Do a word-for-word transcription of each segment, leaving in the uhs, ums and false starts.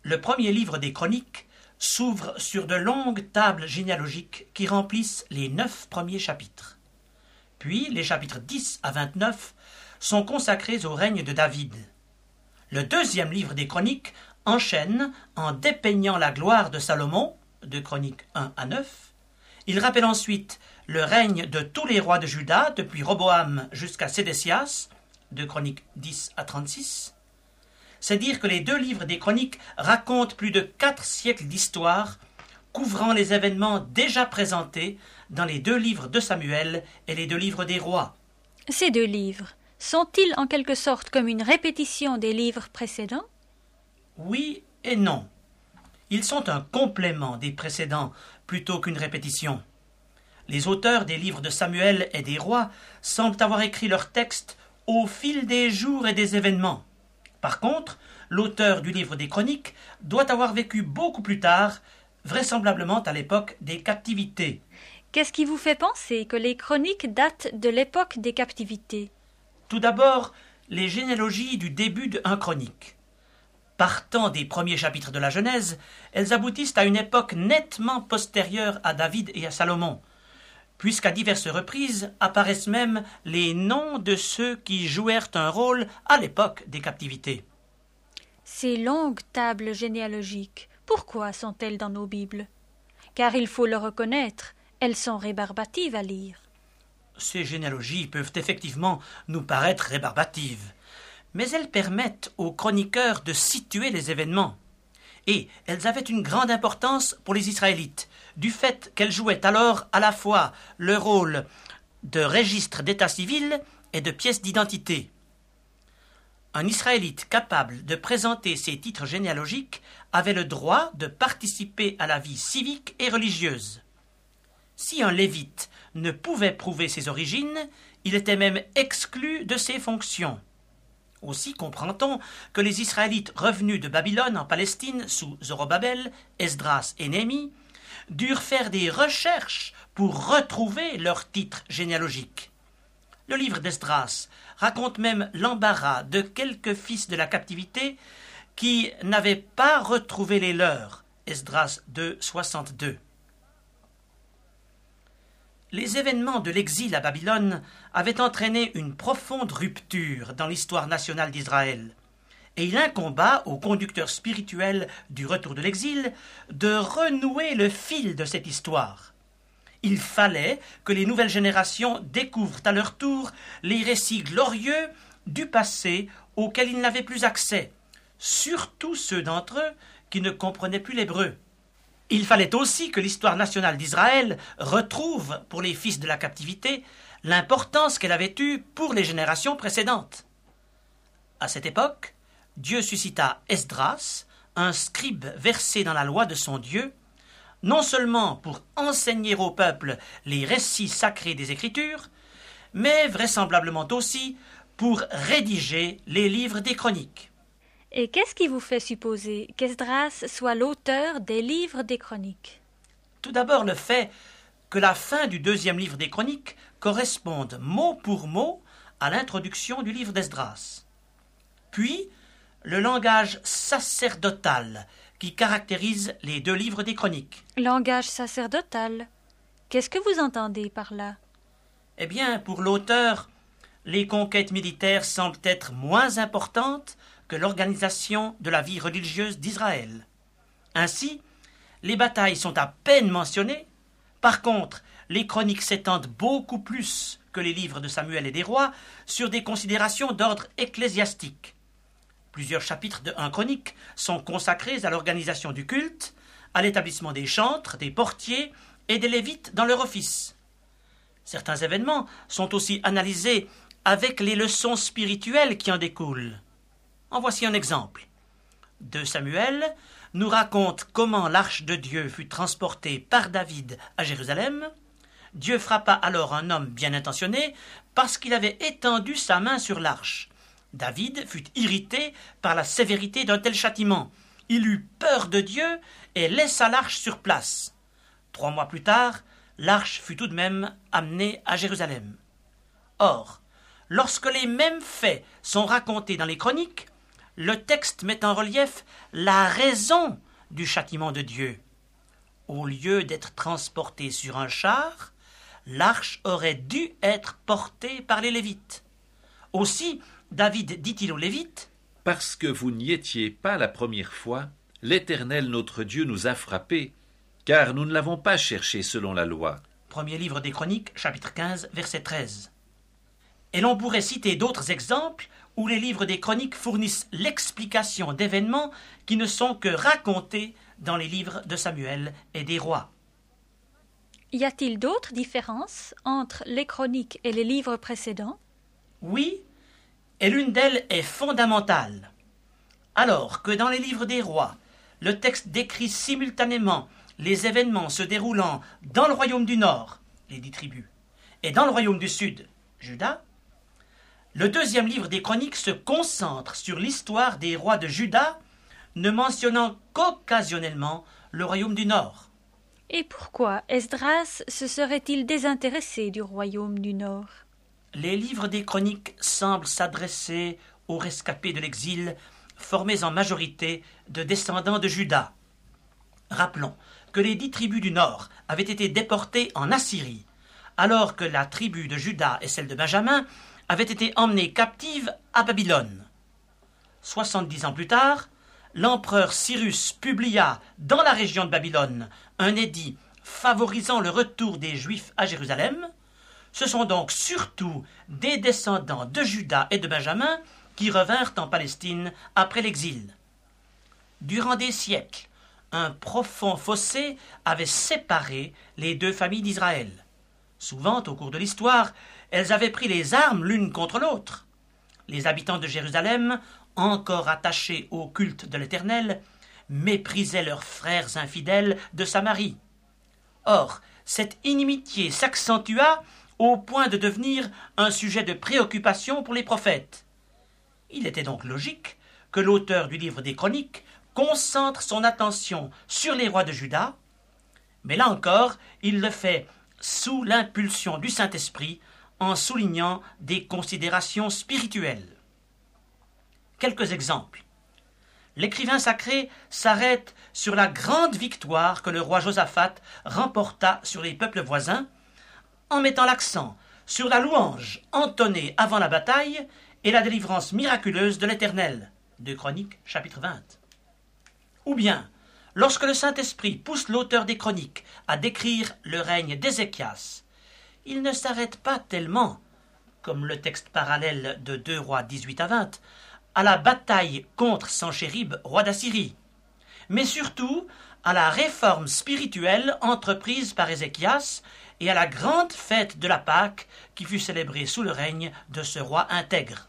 Le premier livre des Chroniques s'ouvre sur de longues tables généalogiques qui remplissent les neuf premiers chapitres. Puis les chapitres dix à vingt-neuf sont consacrés au règne de David. Le deuxième livre des Chroniques enchaîne en dépeignant la gloire de Salomon, de Chroniques un à neuf. Il rappelle ensuite le règne de tous les rois de Juda, depuis Roboam jusqu'à Sédécias, de Chroniques dix à trente-six. C'est dire que les deux livres des Chroniques racontent plus de quatre siècles d'histoire, couvrant les événements déjà présentés dans les deux livres de Samuel et les deux livres des rois. Ces deux livres sont-ils en quelque sorte comme une répétition des livres précédents? Oui et non. Ils sont un complément des précédents plutôt qu'une répétition. Les auteurs des livres de Samuel et des rois semblent avoir écrit leurs textes au fil des jours et des événements. Par contre, l'auteur du livre des Chroniques doit avoir vécu beaucoup plus tard, vraisemblablement à l'époque des captivités. Qu'est-ce qui vous fait penser que les Chroniques datent de l'époque des captivités? Tout d'abord, les généalogies du début de un Chronique. Partant des premiers chapitres de la Genèse, elles aboutissent à une époque nettement postérieure à David et à Salomon, puisqu'à diverses reprises apparaissent même les noms de ceux qui jouèrent un rôle à l'époque des captivités. Ces longues tables généalogiques, pourquoi sont-elles dans nos Bibles? Car il faut le reconnaître, elles sont rébarbatives à lire. Ces généalogies peuvent effectivement nous paraître rébarbatives, mais elles permettent aux chroniqueurs de situer les événements. Et elles avaient une grande importance pour les Israélites, du fait qu'elles jouaient alors à la fois le rôle de registre d'état civil et de pièce d'identité. Un Israélite capable de présenter ses titres généalogiques avait le droit de participer à la vie civique et religieuse. Si un Lévite ne pouvait prouver ses origines, il était même exclu de ses fonctions. Aussi comprend-on que les Israélites revenus de Babylone en Palestine sous Zorobabel, Esdras et Néhémie durent faire des recherches pour retrouver leur titre généalogique. Le livre d'Esdras raconte même l'embarras de quelques fils de la captivité qui n'avaient pas retrouvé les leurs. Esdras deux, soixante-deux. Les événements de l'exil à Babylone avaient entraîné une profonde rupture dans l'histoire nationale d'Israël, et il incomba au conducteur spirituel du retour de l'exil de renouer le fil de cette histoire. Il fallait que les nouvelles générations découvrent à leur tour les récits glorieux du passé auxquels ils n'avaient plus accès, surtout ceux d'entre eux qui ne comprenaient plus l'hébreu. Il fallait aussi que l'histoire nationale d'Israël retrouve, pour les fils de la captivité, l'importance qu'elle avait eue pour les générations précédentes. À cette époque, Dieu suscita Esdras, un scribe versé dans la loi de son Dieu, non seulement pour enseigner au peuple les récits sacrés des Écritures, mais vraisemblablement aussi pour rédiger les livres des Chroniques. Et qu'est-ce qui vous fait supposer qu'Esdras soit l'auteur des livres des Chroniques? Tout d'abord le fait que la fin du deuxième livre des Chroniques corresponde mot pour mot à l'introduction du livre d'Esdras. Puis, le langage sacerdotal qui caractérise les deux livres des Chroniques. Langage sacerdotal. Qu'est-ce que vous entendez par là? Eh bien, pour l'auteur, les conquêtes militaires semblent être moins importantes que l'organisation de la vie religieuse d'Israël. Ainsi, les batailles sont à peine mentionnées. Par contre, les chroniques s'étendent beaucoup plus que les livres de Samuel et des rois sur des considérations d'ordre ecclésiastique. Plusieurs chapitres de un Chronique sont consacrés à l'organisation du culte, à l'établissement des chantres, des portiers et des lévites dans leur office. Certains événements sont aussi analysés avec les leçons spirituelles qui en découlent. En voici un exemple. deux Samuel nous raconte comment l'arche de Dieu fut transportée par David à Jérusalem. Dieu frappa alors un homme bien intentionné parce qu'il avait étendu sa main sur l'arche. David fut irrité par la sévérité d'un tel châtiment. Il eut peur de Dieu et laissa l'arche sur place. Trois mois plus tard, l'arche fut tout de même amenée à Jérusalem. Or, lorsque les mêmes faits sont racontés dans les chroniques, le texte met en relief la raison du châtiment de Dieu. Au lieu d'être transportée sur un char, l'arche aurait dû être portée par les Lévites. Aussi, David dit-il aux Lévites: « Parce que vous n'y étiez pas la première fois, l'Éternel notre Dieu nous a frappés, car nous ne l'avons pas cherché selon la loi. » Premier livre des Chroniques, chapitre quinze, verset treize. Et l'on pourrait citer d'autres exemples où les livres des Chroniques fournissent l'explication d'événements qui ne sont que racontés dans les livres de Samuel et des rois. Y a-t-il d'autres différences entre les Chroniques et les livres précédents? Oui, et l'une d'elles est fondamentale. Alors que dans les livres des rois, le texte décrit simultanément les événements se déroulant dans le royaume du Nord, les dix tribus, et dans le royaume du Sud, Juda, le deuxième livre des Chroniques se concentre sur l'histoire des rois de Juda, ne mentionnant qu'occasionnellement le royaume du Nord. Et pourquoi Esdras se serait-il désintéressé du royaume du Nord? Les livres des Chroniques semblent s'adresser aux rescapés de l'exil, formés en majorité de descendants de Juda. Rappelons que les dix tribus du Nord avaient été déportées en Assyrie, alors que la tribu de Juda et celle de Benjamin avaient été emmenées captives à Babylone. Soixante-dix ans plus tard, l'empereur Cyrus publia dans la région de Babylone un édit favorisant le retour des Juifs à Jérusalem. Ce sont donc surtout des descendants de Juda et de Benjamin qui revinrent en Palestine après l'exil. Durant des siècles, un profond fossé avait séparé les deux familles d'Israël. Souvent, au cours de l'histoire, elles avaient pris les armes l'une contre l'autre. Les habitants de Jérusalem, encore attachés au culte de l'Éternel, méprisaient leurs frères infidèles de Samarie. Or, cette inimitié s'accentua au point de devenir un sujet de préoccupation pour les prophètes. Il était donc logique que l'auteur du livre des Chroniques concentre son attention sur les rois de Juda, mais là encore, il le fait sous l'impulsion du Saint-Esprit en soulignant des considérations spirituelles. Quelques exemples. L'écrivain sacré s'arrête sur la grande victoire que le roi Josaphat remporta sur les peuples voisins, en mettant l'accent sur la louange entonnée avant la bataille et la délivrance miraculeuse de l'Éternel. deux Chroniques, chapitre vingt. Ou bien, lorsque le Saint-Esprit pousse l'auteur des Chroniques à décrire le règne d'Ézéchias, il ne s'arrête pas tellement, comme le texte parallèle de deux Rois dix-huit à vingt, à la bataille contre Sanchérib, roi d'Assyrie, mais surtout à la réforme spirituelle entreprise par Ézéchias et à la grande fête de la Pâque qui fut célébrée sous le règne de ce roi intègre.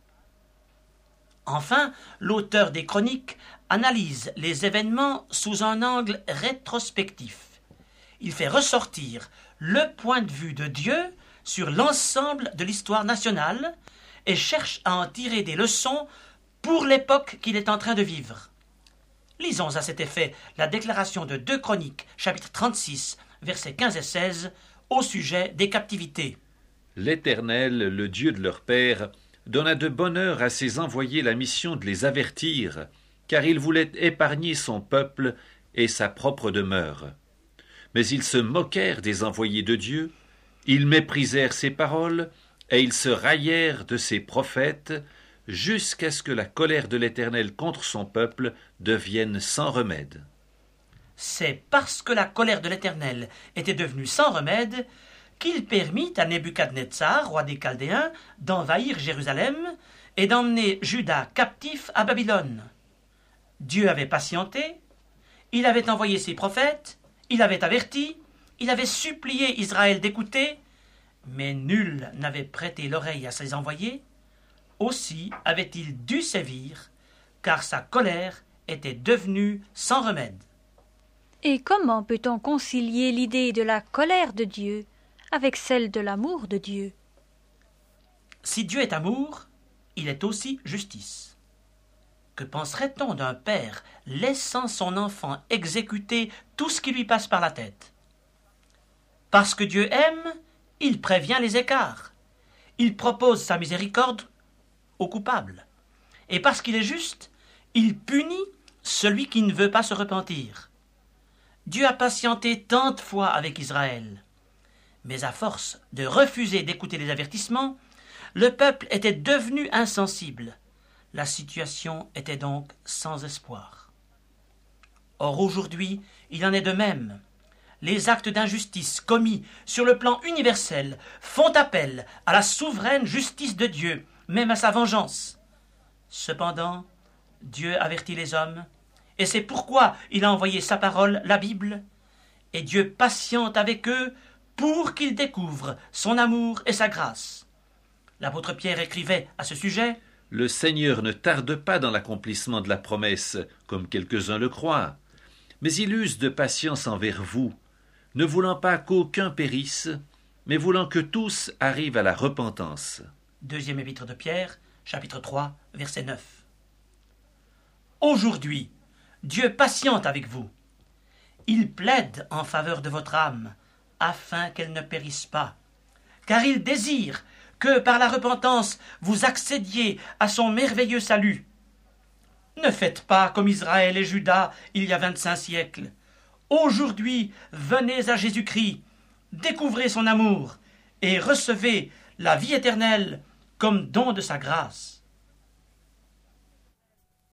Enfin, l'auteur des Chroniques analyse les événements sous un angle rétrospectif. Il fait ressortir le point de vue de Dieu sur l'ensemble de l'histoire nationale et cherche à en tirer des leçons pour l'époque qu'il est en train de vivre. Lisons à cet effet la déclaration de deux Chroniques, chapitre trente-six, versets quinze et seize, au sujet des captivités. L'Éternel, le Dieu de leur père, donna de bonne heure à ses envoyés la mission de les avertir, car il voulait épargner son peuple et sa propre demeure. Mais ils se moquèrent des envoyés de Dieu, ils méprisèrent ses paroles, et ils se raillèrent de ses prophètes, jusqu'à ce que la colère de l'Éternel contre son peuple devienne sans remède. C'est parce que la colère de l'Éternel était devenue sans remède qu'il permit à Nebuchadnezzar, roi des Chaldéens, d'envahir Jérusalem et d'emmener Juda captif à Babylone. Dieu avait patienté, il avait envoyé ses prophètes, il avait averti, il avait supplié Israël d'écouter, mais nul n'avait prêté l'oreille à ses envoyés. Aussi avait-il dû sévir, car sa colère était devenue sans remède. Et comment peut-on concilier l'idée de la colère de Dieu avec celle de l'amour de Dieu? Si Dieu est amour, il est aussi justice. Que penserait-on d'un père laissant son enfant exécuter tout ce qui lui passe par la tête? Parce que Dieu aime, il prévient les écarts. Il propose sa miséricorde aux coupables. et parce qu'il est juste, il punit celui qui ne veut pas se repentir. Dieu a patienté tant de fois avec Israël, mais à force de refuser d'écouter les avertissements, le peuple était devenu insensible. La situation était donc sans espoir. Or aujourd'hui, il en est de même. Les actes d'injustice commis sur le plan universel font appel à la souveraine justice de Dieu, même à sa vengeance. Cependant, Dieu avertit les hommes, et c'est pourquoi il a envoyé sa parole, la Bible, et Dieu patiente avec eux pour qu'ils découvrent son amour et sa grâce. L'apôtre Pierre écrivait à ce sujet: « Le Seigneur ne tarde pas dans l'accomplissement de la promesse, comme quelques-uns le croient, mais il use de patience envers vous, ne voulant pas qu'aucun périsse, mais voulant que tous arrivent à la repentance. » Deuxième épître de Pierre, chapitre trois, verset neuf. Aujourd'hui, Dieu patiente avec vous. Il plaide en faveur de votre âme, afin qu'elle ne périsse pas, car il désire que par la repentance vous accédiez à son merveilleux salut. Ne faites pas comme Israël et Juda il y a vingt-cinq siècles. Aujourd'hui, venez à Jésus-Christ, découvrez son amour et recevez la vie éternelle comme don de sa grâce.